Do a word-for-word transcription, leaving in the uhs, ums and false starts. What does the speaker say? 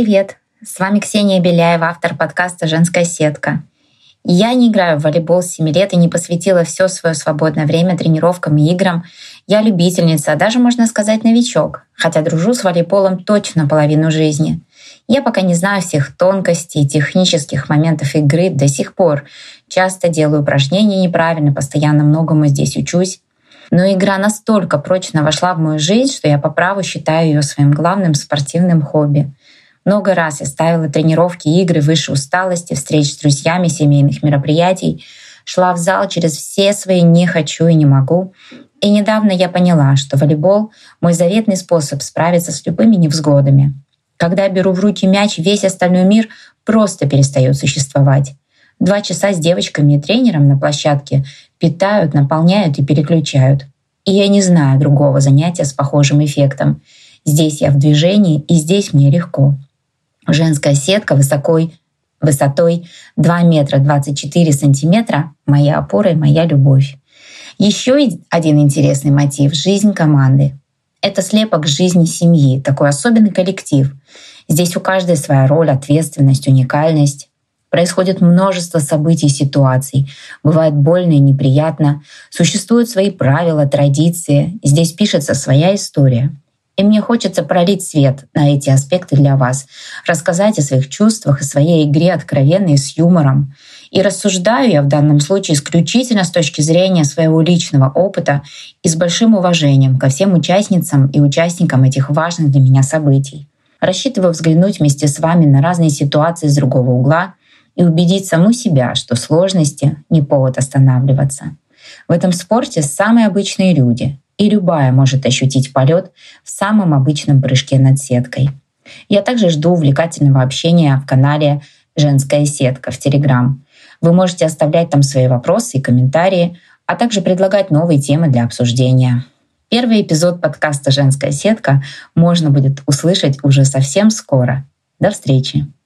привет! С вами Ксения Беляева, автор подкаста «Женская сетка». Я не играю в волейбол с семи лет и не посвятила все свое свободное время тренировкам и играм. Я любительница, а даже, можно сказать, новичок, хотя дружу с волейболом точно половину жизни. Я пока не знаю всех тонкостей и технических моментов игры до сих пор. Часто делаю упражнения неправильно, постоянно многому здесь учусь. Но игра настолько прочно вошла в мою жизнь, что я по праву считаю ее своим главным спортивным хобби. Много раз я ставила тренировки и игры выше усталости, встреч с друзьями, семейных мероприятий, шла в зал через все свои «не хочу» и «не могу». И недавно я поняла, что волейбол — мой заветный способ справиться с любыми невзгодами. Когда я беру в руки мяч, весь остальной мир просто перестает существовать. Два часа с девочками и тренером на площадке питают, наполняют и переключают. И я не знаю другого занятия с похожим эффектом. Здесь я в движении, и здесь мне легко. Женская сетка высокой, высотой два метра двадцать четыре сантиметра — моя опора и моя любовь. Еще один интересный мотив — жизнь команды. Это слепок жизни семьи, такой особенный коллектив. Здесь у каждой своя роль, ответственность, уникальность. Происходит множество событий и ситуаций. Бывает больно и неприятно. Существуют свои правила, традиции. Здесь пишется своя история. И мне хочется пролить свет на эти аспекты для вас, рассказать о своих чувствах и своей игре откровенно и с юмором. И рассуждаю я в данном случае исключительно с точки зрения своего личного опыта и с большим уважением ко всем участницам и участникам этих важных для меня событий. Рассчитываю взглянуть вместе с вами на разные ситуации с другого угла и убедить саму себя, что сложности — не повод останавливаться. В этом спорте самые обычные люди — и любая может ощутить полет в самом обычном прыжке над сеткой. Я также жду увлекательного общения в канале «Женская сетка» в Телеграм. Вы можете оставлять там свои вопросы и комментарии, а также предлагать новые темы для обсуждения. Первый эпизод подкаста «Женская сетка» можно будет услышать уже совсем скоро. До встречи!